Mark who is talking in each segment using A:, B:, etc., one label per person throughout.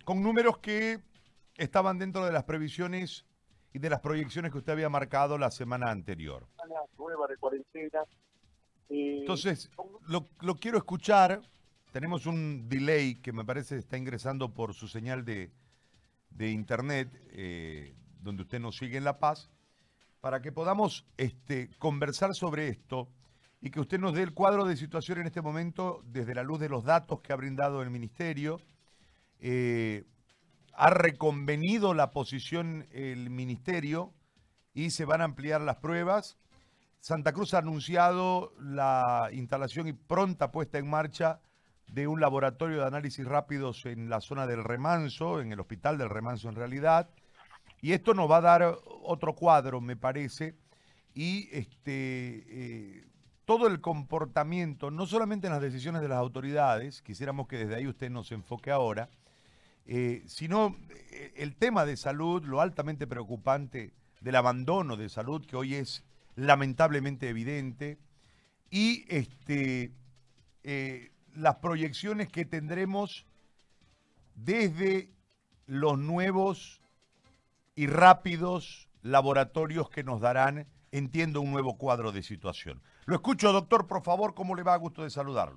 A: con números que estaban dentro de las previsiones y de las proyecciones que usted había marcado la semana anterior.
B: Nueva de cuarentena.
A: Entonces, lo quiero escuchar. Tenemos un delay que me parece está ingresando por su señal de internet, donde usted nos sigue en La Paz, para que podamos conversar sobre esto y que usted nos dé el cuadro de situación en este momento desde la luz de los datos que ha brindado el Ministerio. Ha reconvenido la posición el Ministerio y se van a ampliar las pruebas. Santa Cruz ha anunciado la instalación y pronta puesta en marcha de un laboratorio de análisis rápidos en la zona del Remanso, en el hospital del Remanso en realidad, y esto nos va a dar otro cuadro, me parece, y todo el comportamiento, no solamente en las decisiones de las autoridades, quisiéramos que desde ahí usted nos enfoque ahora, sino el tema de salud, lo altamente preocupante del abandono de salud que hoy es lamentablemente evidente, y las proyecciones que tendremos desde los nuevos y rápidos laboratorios que nos darán, entiendo, un nuevo cuadro de situación. Lo escucho, doctor, por favor, ¿cómo le va? Gusto de saludarlo.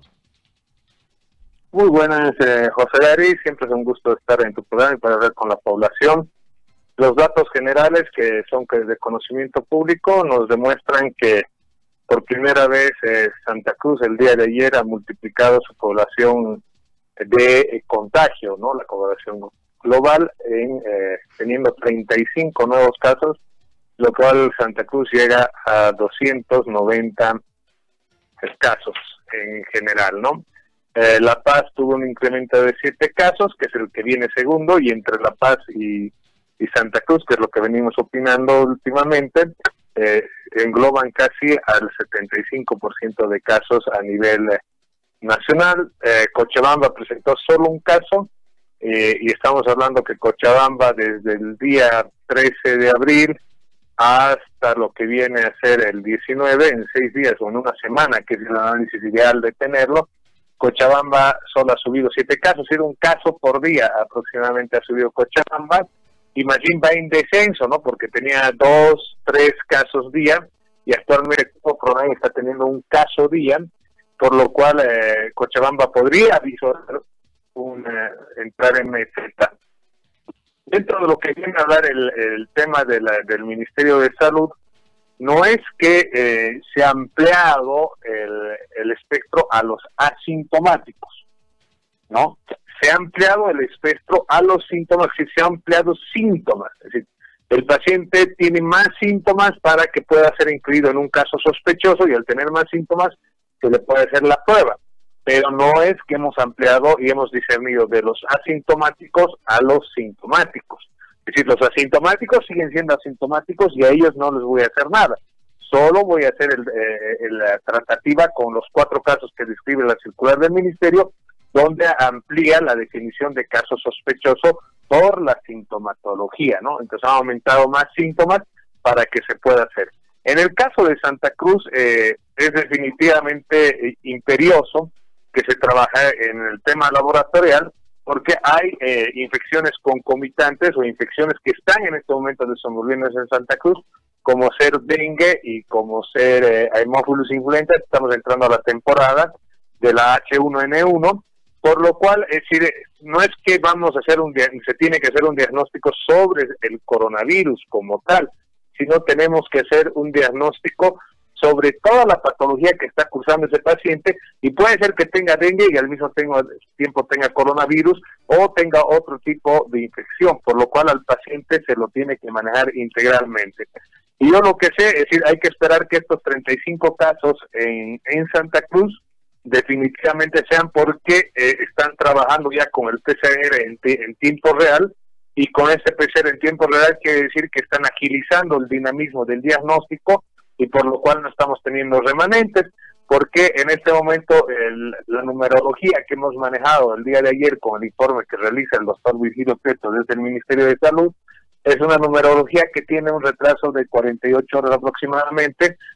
B: Muy buenas, José Dari, siempre es un gusto estar en tu programa y para hablar con la población. Los datos generales, que son de conocimiento público, nos demuestran que por primera vez Santa Cruz el día de ayer ha multiplicado su población de contagio, ¿no? La población global, teniendo 35 nuevos casos, lo cual Santa Cruz llega a 290 casos en general, ¿no? La Paz tuvo un incremento de 7 casos, que es el que viene segundo, y entre La Paz y Santa Cruz, que es lo que venimos opinando últimamente, engloban casi al 75% de casos a nivel nacional. Cochabamba presentó solo un caso, y estamos hablando que Cochabamba desde el día 13 de abril hasta lo que viene a ser el 19, en 6 días o en una semana, que es el análisis ideal de tenerlo, Cochabamba solo ha subido 7 casos, es decir, un caso por día aproximadamente ha subido Cochabamba, y Mallín va en descenso, ¿no? Porque tenía 2, 3 casos día, y actualmente Pronay está teniendo un caso día, por lo cual Cochabamba podría visorar entrar en meseta. Dentro de lo que viene a hablar el tema del Ministerio de Salud, no es que se ha ampliado el espectro a los asintomáticos, ¿no? Se ha ampliado el espectro a los síntomas, que se han ampliado síntomas, es decir, el paciente tiene más síntomas para que pueda ser incluido en un caso sospechoso, y al tener más síntomas se le puede hacer la prueba, pero no es que hemos ampliado y hemos discernido de los asintomáticos a los sintomáticos. Es decir, los asintomáticos siguen siendo asintomáticos y a ellos no les voy a hacer nada. Solo voy a hacer la tratativa con los 4 casos que describe la circular del Ministerio, donde amplía la definición de caso sospechoso por la sintomatología, ¿no? Entonces ha aumentado más síntomas para que se pueda hacer. En el caso de Santa Cruz, es definitivamente imperioso que se trabaje en el tema laboratorial, porque hay infecciones concomitantes o infecciones que están en este momento desenvolviéndose en Santa Cruz, como ser dengue y como ser Haemophilus influenza. Estamos entrando a la temporada de la H1N1, por lo cual, es decir, no es que vamos a hacer se tiene que hacer un diagnóstico sobre el coronavirus como tal, sino tenemos que hacer un diagnóstico sobre toda la patología que está cursando ese paciente, y puede ser que tenga dengue y al mismo tiempo tenga coronavirus o tenga otro tipo de infección, por lo cual al paciente se lo tiene que manejar integralmente. Y yo lo que sé, es decir, hay que esperar que estos 35 casos en Santa Cruz definitivamente sean porque están trabajando ya con el PCR en tiempo real, y con ese PCR en tiempo real quiere decir que están agilizando el dinamismo del diagnóstico, y por lo cual no estamos teniendo remanentes, porque en este momento la numerología que hemos manejado el día de ayer con el informe que realiza el doctor Virgilio Prieto desde el Ministerio de Salud, es una numerología que tiene un retraso de 48 horas aproximadamente,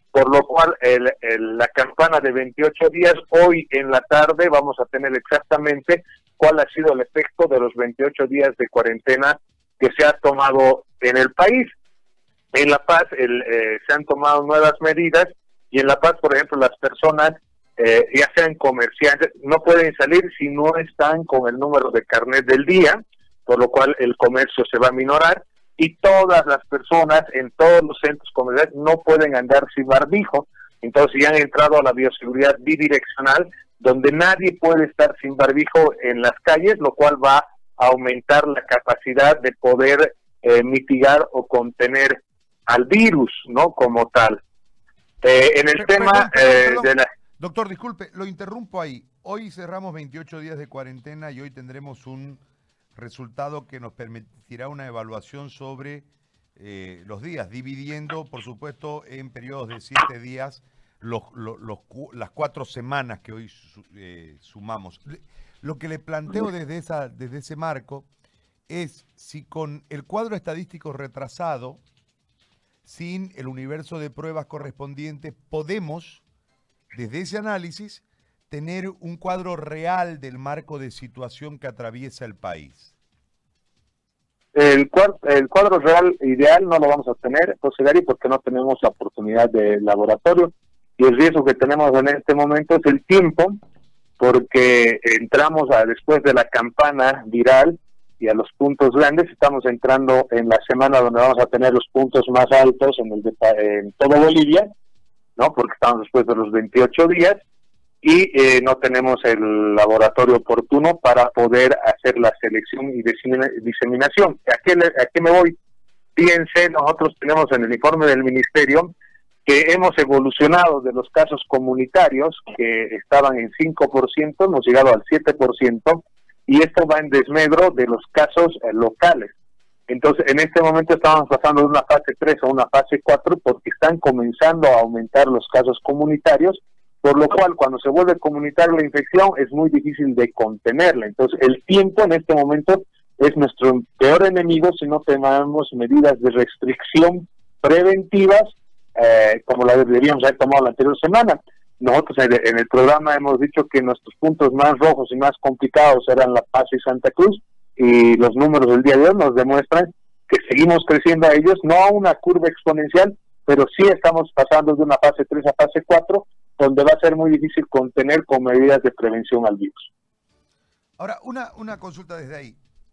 B: por lo cual la campana de 28 días, hoy en la tarde vamos a tener exactamente cuál ha sido el efecto de los 28 días de cuarentena que se ha tomado en el país. En La Paz se han tomado nuevas medidas y en La Paz, por ejemplo, las personas, ya sean comerciantes, no pueden salir si no están con el número de carnet del día, por lo cual el comercio se va a minorar, y todas las personas en todos los centros comerciales no pueden andar sin barbijo. Entonces ya han entrado a la bioseguridad bidireccional, donde nadie puede estar sin barbijo en las calles, lo cual va a aumentar la capacidad de poder mitigar o contener al virus, ¿no? Como tal. En el tema de la...
A: Doctor, disculpe, lo interrumpo ahí. Hoy cerramos 28 días de cuarentena y hoy tendremos un resultado que nos permitirá una evaluación sobre los días, dividiendo, por supuesto, en periodos de 7 días las 4 semanas que hoy sumamos. Lo que le planteo desde ese marco es si con el cuadro estadístico retrasado, sin el universo de pruebas correspondientes, podemos, desde ese análisis, tener un cuadro real del marco de situación que atraviesa el país.
B: El cuadro real ideal no lo vamos a tener, José Gary, porque no tenemos la oportunidad de laboratorio, y el riesgo que tenemos en este momento es el tiempo, porque entramos después de la campana viral y a los puntos grandes, estamos entrando en la semana donde vamos a tener los puntos más altos en todo Bolivia, ¿no? Porque estamos después de los 28 días, y no tenemos el laboratorio oportuno para poder hacer la selección y diseminación. ¿A qué me voy? Fíjense, nosotros tenemos en el informe del Ministerio que hemos evolucionado de los casos comunitarios, que estaban en 5%, hemos llegado al 7%, y esto va en desmedro de los casos locales. Entonces, en este momento estamos pasando de una fase 3 a una fase 4 porque están comenzando a aumentar los casos comunitarios, por lo cual cuando se vuelve comunitaria la infección es muy difícil de contenerla. Entonces el tiempo en este momento es nuestro peor enemigo si no tomamos medidas de restricción preventivas como la deberíamos haber tomado la anterior semana. Nosotros en el programa hemos dicho que nuestros puntos más rojos y más complicados eran La Paz y Santa Cruz, y los números del día de hoy nos demuestran que seguimos creciendo a ellos, no a una curva exponencial, pero sí estamos pasando de una fase 3 a fase 4, donde va a ser muy difícil contener con medidas de prevención al virus.
A: Ahora, una consulta desde ahí.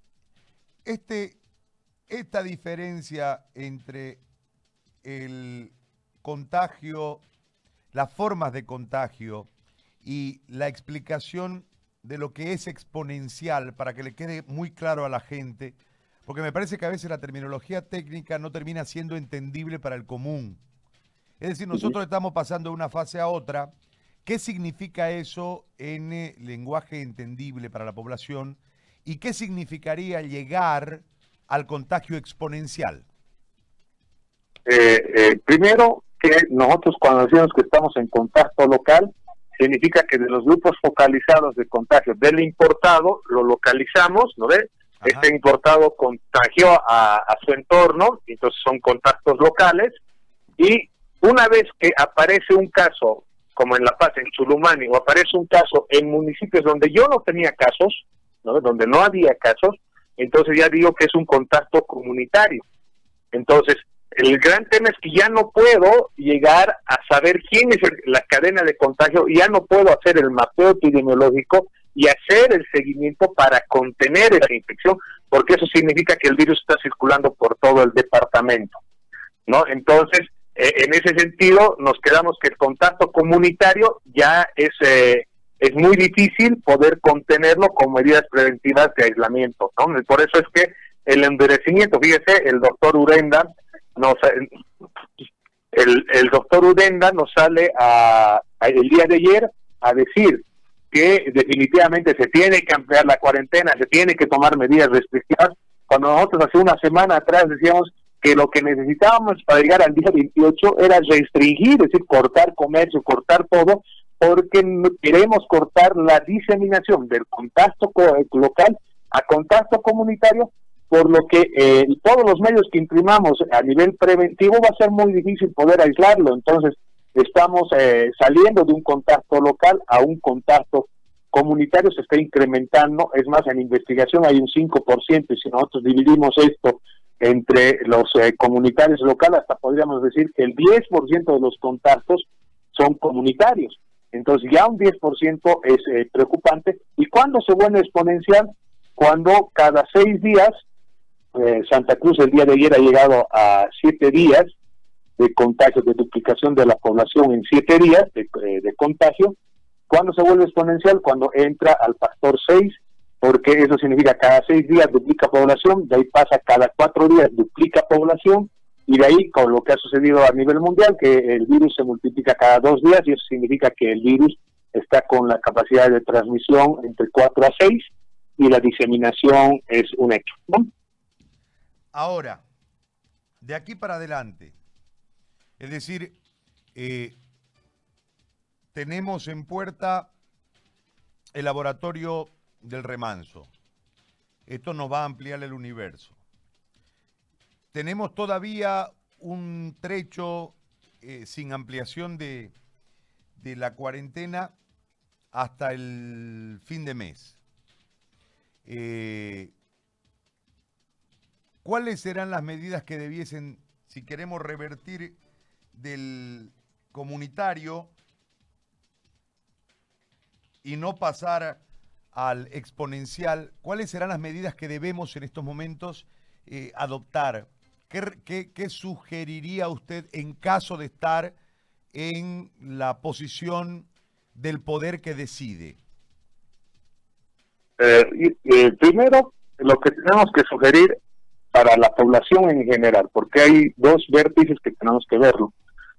A: Esta diferencia entre el contagio, las formas de contagio y la explicación de lo que es exponencial, para que le quede muy claro a la gente, porque me parece que a veces la terminología técnica no termina siendo entendible para el común. Es decir, nosotros estamos pasando de una fase a otra. ¿Qué significa eso en lenguaje entendible para la población? ¿Y qué significaría llegar al contagio exponencial?
B: Primero, que nosotros cuando decimos que estamos en contacto local, significa que de los grupos focalizados de contagio del importado, lo localizamos, ¿no ves? Este importado contagió a su entorno, entonces son contactos locales, y una vez que aparece un caso, como en La Paz, en Chulumani, o aparece un caso en municipios donde yo no tenía casos, ¿no? Donde no había casos, entonces ya digo que es un contacto comunitario. Entonces, el gran tema es que ya no puedo llegar a saber quién es la cadena de contagio, y ya no puedo hacer el mapeo epidemiológico y hacer el seguimiento para contener esa infección, porque eso significa que el virus está circulando por todo el departamento, ¿no? Entonces, en ese sentido, nos quedamos que el contacto comunitario ya es muy difícil poder contenerlo con medidas preventivas de aislamiento, ¿no? Por eso es que el endurecimiento, fíjese, el doctor Urenda nos sale el día de ayer a decir que definitivamente se tiene que ampliar la cuarentena, se tiene que tomar medidas restrictivas, cuando nosotros hace una semana atrás decíamos que lo que necesitábamos para llegar al día 28 era restringir, es decir, cortar comercio, cortar todo, porque queremos cortar la diseminación del contacto local a contacto comunitario, por lo que todos los medios que imprimamos a nivel preventivo va a ser muy difícil poder aislarlo. Entonces, estamos saliendo de un contacto local a un contacto comunitario, se está incrementando. Es más, en investigación hay un 5%, y si nosotros dividimos esto entre los comunitarios locales, hasta podríamos decir que el 10% de los contactos son comunitarios. Entonces ya un 10% es preocupante. ¿Y cuándo se vuelve exponencial? Cuando cada 6 días, Santa Cruz el día de ayer ha llegado a 7 días de contagio, de duplicación de la población en 7 días de contagio. ¿Cuándo se vuelve exponencial? Cuando entra al factor 6, porque eso significa cada 6 días duplica población, de ahí pasa cada 4 días duplica población, y de ahí con lo que ha sucedido a nivel mundial, que el virus se multiplica cada 2 días, y eso significa que el virus está con la capacidad de transmisión entre 4 a 6, y la diseminación es un hecho, ¿no?
A: Ahora, de aquí para adelante, es decir, tenemos en puerta el laboratorio del Remanso. Esto nos va a ampliar el universo. Tenemos todavía un trecho sin ampliación de la cuarentena hasta el fin de mes. ¿Cuáles serán las medidas que debiesen, si queremos revertir del comunitario y no pasar al exponencial, cuáles serán las medidas que debemos en estos momentos adoptar? ¿Qué sugeriría usted en caso de estar en la posición del poder que decide?
B: Primero, lo que tenemos que sugerir para la población en general, porque hay dos vértices que tenemos que verlo.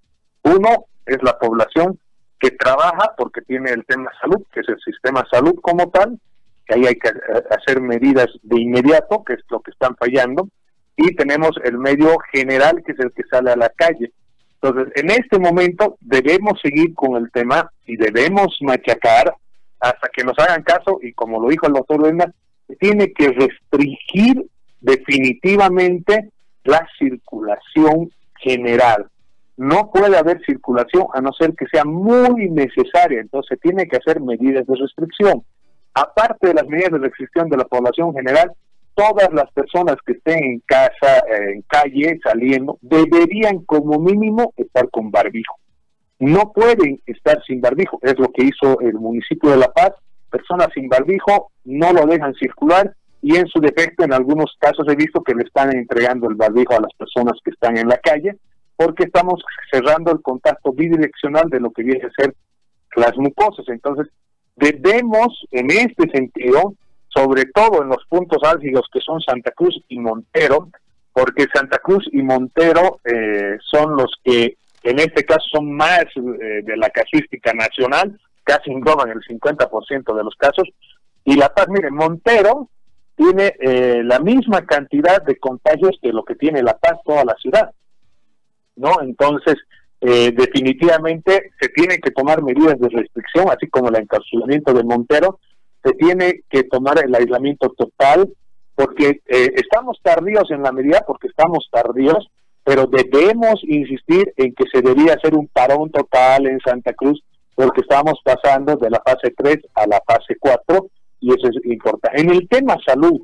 B: Uno es la población que trabaja porque tiene el tema salud, que es el sistema salud como tal, que ahí hay que hacer medidas de inmediato, que es lo que están fallando, y tenemos el medio general, que es el que sale a la calle. Entonces, en este momento debemos seguir con el tema y debemos machacar hasta que nos hagan caso, y como lo dijo el doctor Lenda, tiene que restringir definitivamente la circulación general. No puede haber circulación a no ser que sea muy necesaria, entonces tiene que hacer medidas de restricción. Aparte de las medidas de restricción de la población general, todas las personas que estén en casa, en calle, saliendo, deberían como mínimo estar con barbijo. No pueden estar sin barbijo, es lo que hizo el municipio de La Paz. Personas sin barbijo no lo dejan circular, y en su defecto en algunos casos he visto que le están entregando el barbijo a las personas que están en la calle, porque estamos cerrando el contacto bidireccional de lo que viene a ser las mucosas. Entonces, debemos, en este sentido, sobre todo en los puntos álgidos que son Santa Cruz y Montero, porque Santa Cruz y Montero son los que, en este caso, son más de la casuística nacional, casi engloban el 50% de los casos, y La Paz, miren, Montero tiene la misma cantidad de contagios que lo que tiene La Paz, toda la ciudad, ¿no? Entonces, definitivamente se tienen que tomar medidas de restricción, así como el encapsulamiento de Montero, se tiene que tomar el aislamiento total, porque estamos tardíos en la medida, porque estamos tardíos, pero debemos insistir en que se debería hacer un parón total en Santa Cruz, porque estamos pasando de la fase 3 a la fase 4, y eso es importante. En el tema salud,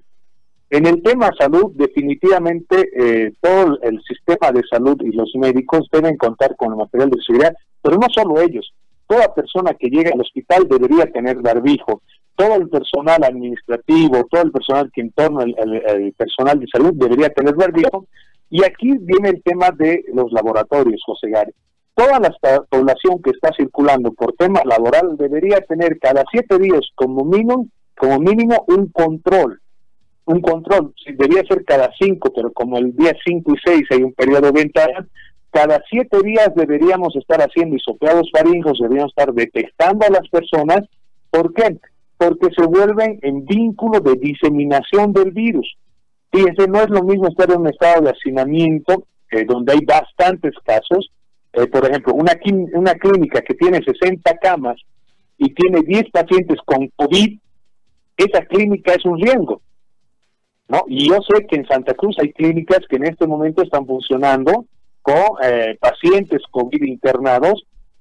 B: definitivamente todo el sistema de salud y los médicos deben contar con el material de seguridad, pero no solo ellos. Toda persona que llegue al hospital debería tener barbijo. Todo el personal administrativo, todo el personal que entorna el personal de salud debería tener barbijo. Y aquí viene el tema de los laboratorios, José Gary. Toda la población que está circulando por tema laboral debería tener cada 7 días como mínimo un control. Debería ser cada 5, pero como el día 5 y 6 hay un periodo de ventana, cada 7 días deberíamos estar haciendo hisopeados faríngicos, deberíamos estar detectando a las personas. ¿Por qué? Porque se vuelven en vínculo de diseminación del virus. Fíjense, no es lo mismo estar en un estado de hacinamiento, donde hay bastantes casos. Por ejemplo, una clínica que tiene 60 camas y tiene 10 pacientes con COVID, esa clínica es un riesgo, ¿no? Y yo sé que en Santa Cruz hay clínicas que en este momento están funcionando con pacientes COVID internados,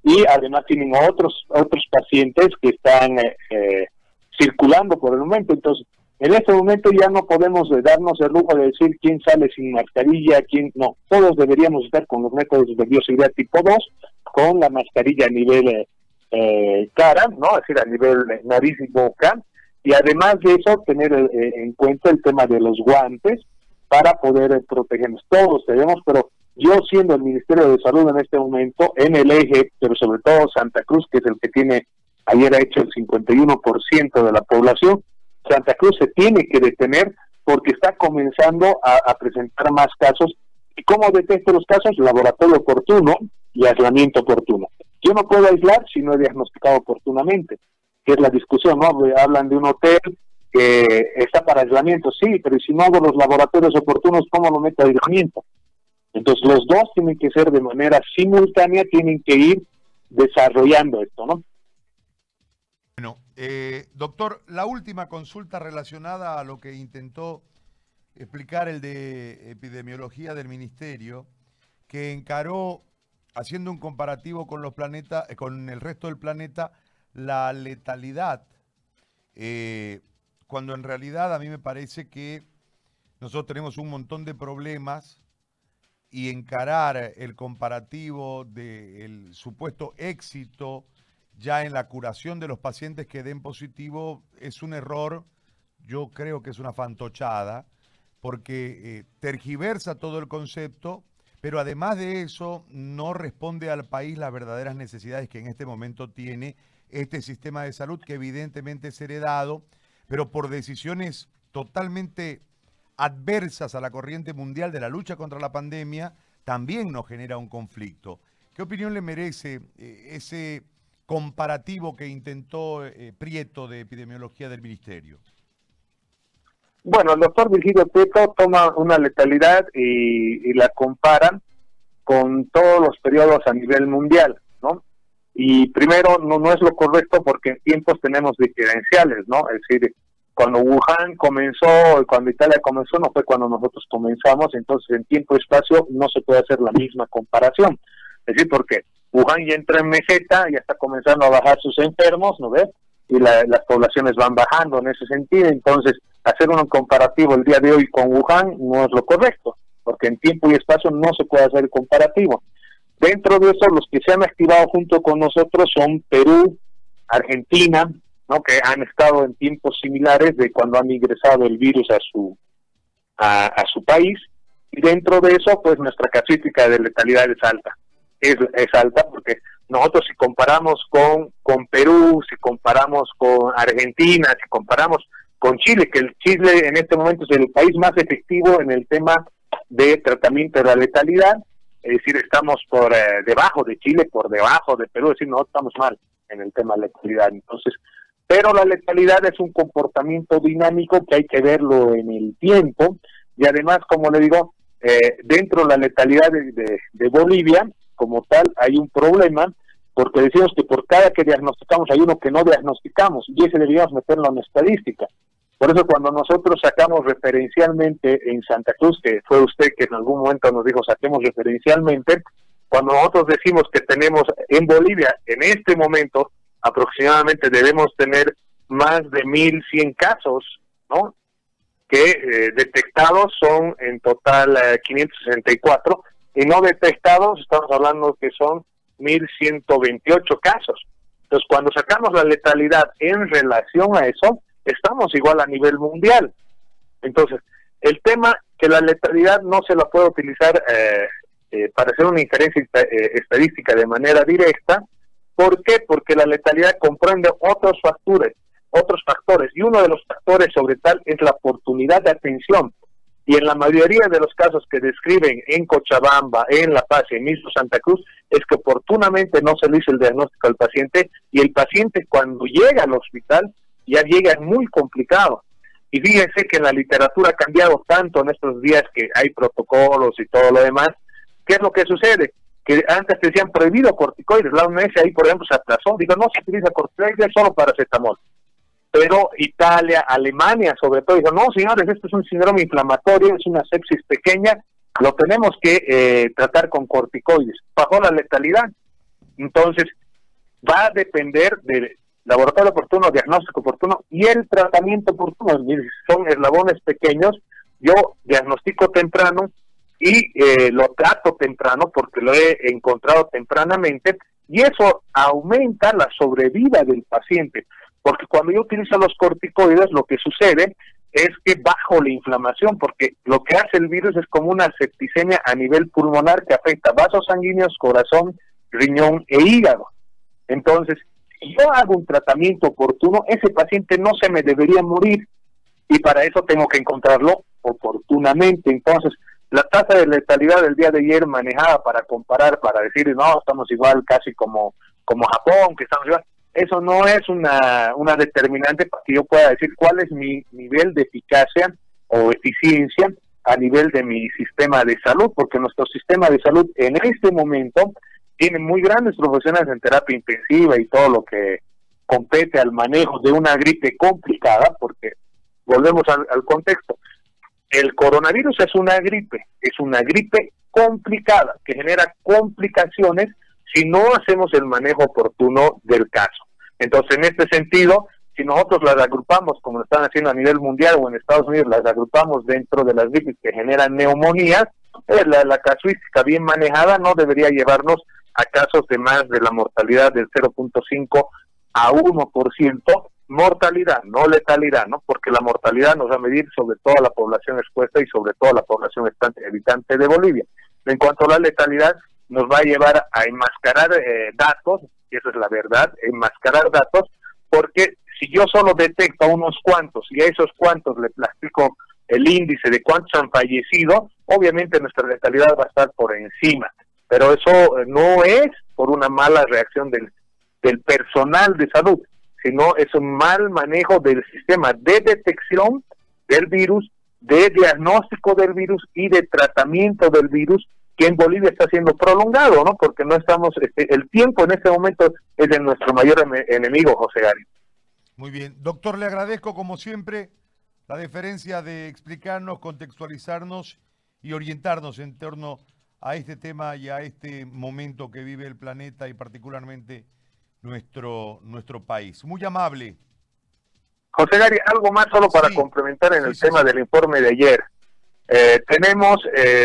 B: y además tienen otros pacientes que están circulando por el momento. Entonces, en este momento ya no podemos darnos el lujo de decir quién sale sin mascarilla, quién no. Todos deberíamos estar con los métodos de bioseguridad tipo 2, con la mascarilla a nivel cara, ¿no? Es decir, a nivel nariz y boca, y además de eso tener en cuenta el tema de los guantes para poder protegernos. Todos tenemos, pero yo siendo el Ministerio de Salud en este momento, en el eje, pero sobre todo Santa Cruz, que es el que tiene, ayer ha hecho el 51% de la población, Santa Cruz se tiene que detener porque está comenzando a presentar más casos. ¿Y cómo detecto los casos? Laboratorio oportuno y aislamiento oportuno. Yo no puedo aislar si no he diagnosticado oportunamente, que es la discusión, ¿no? Hablan de un hotel que está para aislamiento, sí, pero si no hago los laboratorios oportunos, ¿cómo lo meto a aislamiento? Entonces los dos tienen que ser de manera simultánea, tienen que ir desarrollando esto, ¿no?
A: Bueno, doctor, la última consulta relacionada a lo que intentó explicar el de epidemiología del ministerio, que encaró, haciendo un comparativo con los planetas, con el resto del planeta, la letalidad, cuando en realidad a mí me parece que nosotros tenemos un montón de problemas y encarar el comparativo del supuesto éxito ya en la curación de los pacientes que den positivo es un error, yo creo que es una fantochada, porque tergiversa todo el concepto, pero además de eso no responde al país las verdaderas necesidades que en este momento tiene este sistema de salud, que evidentemente es heredado, pero por decisiones totalmente adversas a la corriente mundial de la lucha contra la pandemia, también nos genera un conflicto. ¿Qué opinión le merece ese comparativo que intentó Prieto de epidemiología del ministerio?
B: Bueno, el doctor Virgilio Prieto toma una letalidad y la compara con todos los periodos a nivel mundial, ¿no? Y primero, no es lo correcto porque en tiempos tenemos diferenciales, ¿no? Es decir, cuando Wuhan comenzó, cuando Italia comenzó, no fue cuando nosotros comenzamos, entonces en tiempo y espacio no se puede hacer la misma comparación. Es decir, porque Wuhan ya entra en meseta, ya está comenzando a bajar sus enfermos, ¿no ves? Y las poblaciones van bajando en ese sentido, entonces hacer un comparativo el día de hoy con Wuhan no es lo correcto, porque en tiempo y espacio no se puede hacer el comparativo. Dentro de eso, los que se han activado junto con nosotros son Perú, Argentina, ¿no? Que han estado en tiempos similares de cuando han ingresado el virus a su país, y dentro de eso, pues nuestra casuística de letalidad es alta. Es alta porque nosotros si comparamos con Perú, si comparamos con Argentina, si comparamos con Chile, que el Chile en este momento es el país más efectivo en el tema de tratamiento de la letalidad, es decir, estamos por debajo de Chile, por debajo de Perú, es decir, no estamos mal en el tema de letalidad. Entonces, pero la letalidad es un comportamiento dinámico que hay que verlo en el tiempo, y además, como le digo, dentro de la letalidad de Bolivia, como tal, hay un problema, porque decimos que por cada que diagnosticamos hay uno que no diagnosticamos, y ese deberíamos meterlo en la estadística. Por eso cuando nosotros sacamos referencialmente en Santa Cruz, que fue usted que en algún momento nos dijo saquemos referencialmente, cuando nosotros decimos que tenemos en Bolivia, en este momento, aproximadamente debemos tener más de 1.100 casos, ¿no? Que detectados son en total 564, y no detectados estamos hablando que son 1.128 casos. Entonces, cuando sacamos la letalidad en relación a eso, estamos igual a nivel mundial. Entonces, el tema que la letalidad no se la puede utilizar para hacer una inferencia estadística de manera directa. ¿Por qué? Porque la letalidad comprende otros factores, y uno de los factores sobre tal es la oportunidad de atención. Y en la mayoría de los casos que describen en Cochabamba, en La Paz y en mismo Santa Cruz, es que oportunamente no se le hizo el diagnóstico al paciente, y el paciente cuando llega al hospital ya llega muy complicado. Y fíjense que la literatura ha cambiado tanto en estos días que hay protocolos y todo lo demás. ¿Qué es lo que sucede? Que antes decían prohibido corticoides, la OMS ahí por ejemplo se aplazó, dijo no se utiliza corticoides, solo paracetamol. Pero Italia, Alemania sobre todo, dijo no señores, esto es un síndrome inflamatorio, es una sepsis pequeña, lo tenemos que tratar con corticoides. Bajó la letalidad. Entonces, va a depender del laboratorio oportuno, diagnóstico oportuno y el tratamiento oportuno. Son eslabones pequeños. Yo diagnostico temprano y lo trato temprano porque lo he encontrado tempranamente, y eso aumenta la sobrevida del paciente, porque cuando yo utilizo los corticoides lo que sucede es que bajo la inflamación, porque lo que hace el virus es como una septicemia a nivel pulmonar que afecta vasos sanguíneos, corazón, riñón e hígado. Entonces, si yo hago un tratamiento oportuno, ese paciente no se me debería morir, y para eso tengo que encontrarlo oportunamente. Entonces, la tasa de letalidad del día de ayer manejada para comparar, para decir, no, estamos igual casi como Japón, que estamos igual, eso no es una determinante para que yo pueda decir cuál es mi nivel de eficacia o eficiencia a nivel de mi sistema de salud, porque nuestro sistema de salud en este momento tiene muy grandes profesionales en terapia intensiva y todo lo que compete al manejo de una gripe complicada, porque volvemos al contexto. El coronavirus es una gripe complicada, que genera complicaciones si no hacemos el manejo oportuno del caso. Entonces, en este sentido, si nosotros las agrupamos, como lo están haciendo a nivel mundial o en Estados Unidos, las agrupamos dentro de las gripes que generan neumonías, la casuística bien manejada no debería llevarnos a casos de más de la mortalidad del 0.5 a 1%, mortalidad, no letalidad, ¿no? Porque la mortalidad nos va a medir sobre toda la población expuesta y sobre toda la población habitante de Bolivia. En cuanto a la letalidad, nos va a llevar a enmascarar datos, y eso es la verdad, enmascarar datos, porque si yo solo detecto a unos cuantos y a esos cuantos le platico el índice de cuántos han fallecido, obviamente nuestra letalidad va a estar por encima, pero eso no es por una mala reacción del personal de salud, sino es un mal manejo del sistema de detección del virus, de diagnóstico del virus y de tratamiento del virus, que en Bolivia está siendo prolongado, ¿no? Porque no estamos, el tiempo en este momento es de nuestro mayor enemigo, José Gary.
A: Muy bien. Doctor, le agradezco como siempre la deferencia de explicarnos, contextualizarnos y orientarnos en torno a este tema y a este momento que vive el planeta y particularmente nuestro país. Muy amable.
B: José Gary, algo más solo para complementar en el tema del informe de ayer. Tenemos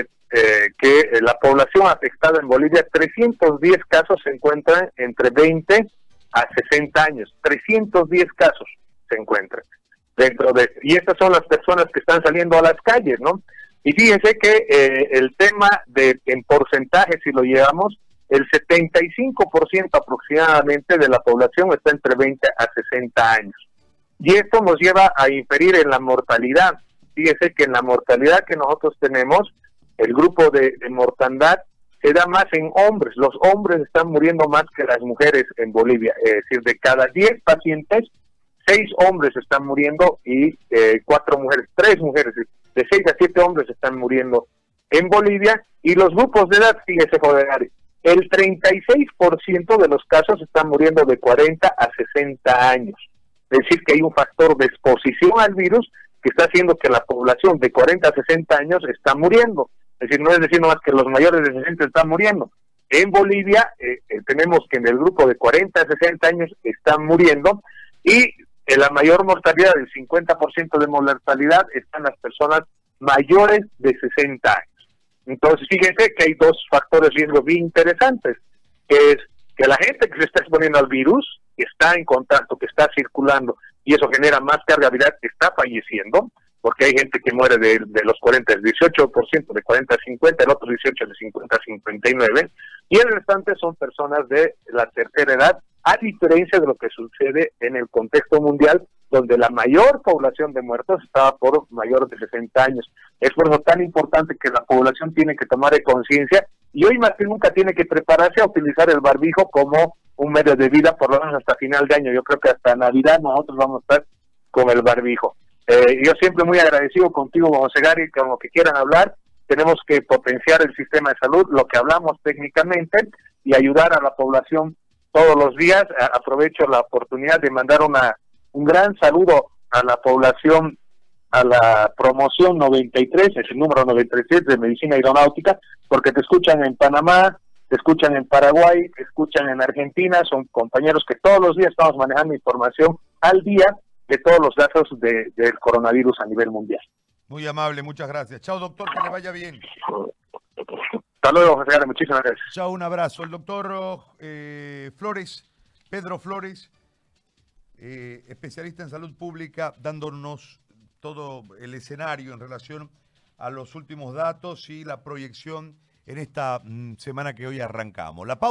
B: que la población afectada en Bolivia, 310 casos se encuentran entre 20 a 60 años. 310 casos se encuentran dentro de, y estas son las personas que están saliendo a las calles, ¿no? Y fíjense que el tema en porcentaje, si lo llevamos, el 75% aproximadamente de la población está entre 20 a 60 años. Y esto nos lleva a inferir en la mortalidad. Fíjense que en la mortalidad que nosotros tenemos, el grupo de mortandad se da más en hombres. Los hombres están muriendo más que las mujeres en Bolivia. Es decir, de cada 10 pacientes, 6 hombres están muriendo y 4 mujeres, 3 mujeres. De 6 a 7 hombres están muriendo en Bolivia. Y los grupos de edad, fíjese, joder, el 36% de los casos están muriendo de 40 a 60 años. Es decir, que hay un factor de exposición al virus que está haciendo que la población de 40 a 60 años está muriendo. Es decir, no es decir nomás que los mayores de 60 están muriendo. En Bolivia tenemos que en el grupo de 40 a 60 años están muriendo, y en la mayor mortalidad, del 50% de mortalidad, están las personas mayores de 60 años. Entonces, fíjense que hay dos factores de riesgo bien interesantes, que es que la gente que se está exponiendo al virus, que está en contacto, que está circulando, y eso genera más carga viral, está falleciendo, porque hay gente que muere de los 40, el 18% de 40 a 50, el otro 18 de 50 a 59, y el restante son personas de la tercera edad, a diferencia de lo que sucede en el contexto mundial, donde la mayor población de muertos estaba por mayores de 60 años. Es por eso tan importante que la población tiene que tomar conciencia, y hoy más que nunca tiene que prepararse a utilizar el barbijo como un medio de vida, por lo menos hasta final de año. Yo creo que hasta Navidad nosotros vamos a estar con el barbijo. Yo siempre muy agradecido contigo, José Gary, con lo que quieran hablar. Tenemos que potenciar el sistema de salud, lo que hablamos técnicamente, y ayudar a la población todos los días. Aprovecho la oportunidad de mandar un gran saludo a la población, a la promoción 93, es el número 93 de Medicina Aeronáutica, porque te escuchan en Panamá, escuchan en Paraguay, escuchan en Argentina, son compañeros que todos los días estamos manejando información al día de todos los datos del coronavirus a nivel mundial.
A: Muy amable, muchas gracias. Chao, doctor, que le vaya bien.
B: Hasta luego, José Gary, muchísimas gracias.
A: Chao, un abrazo. El doctor Flores, Pedro Flores, especialista en salud pública, dándonos todo el escenario en relación a los últimos datos y la proyección en esta semana que hoy arrancamos. La pausa.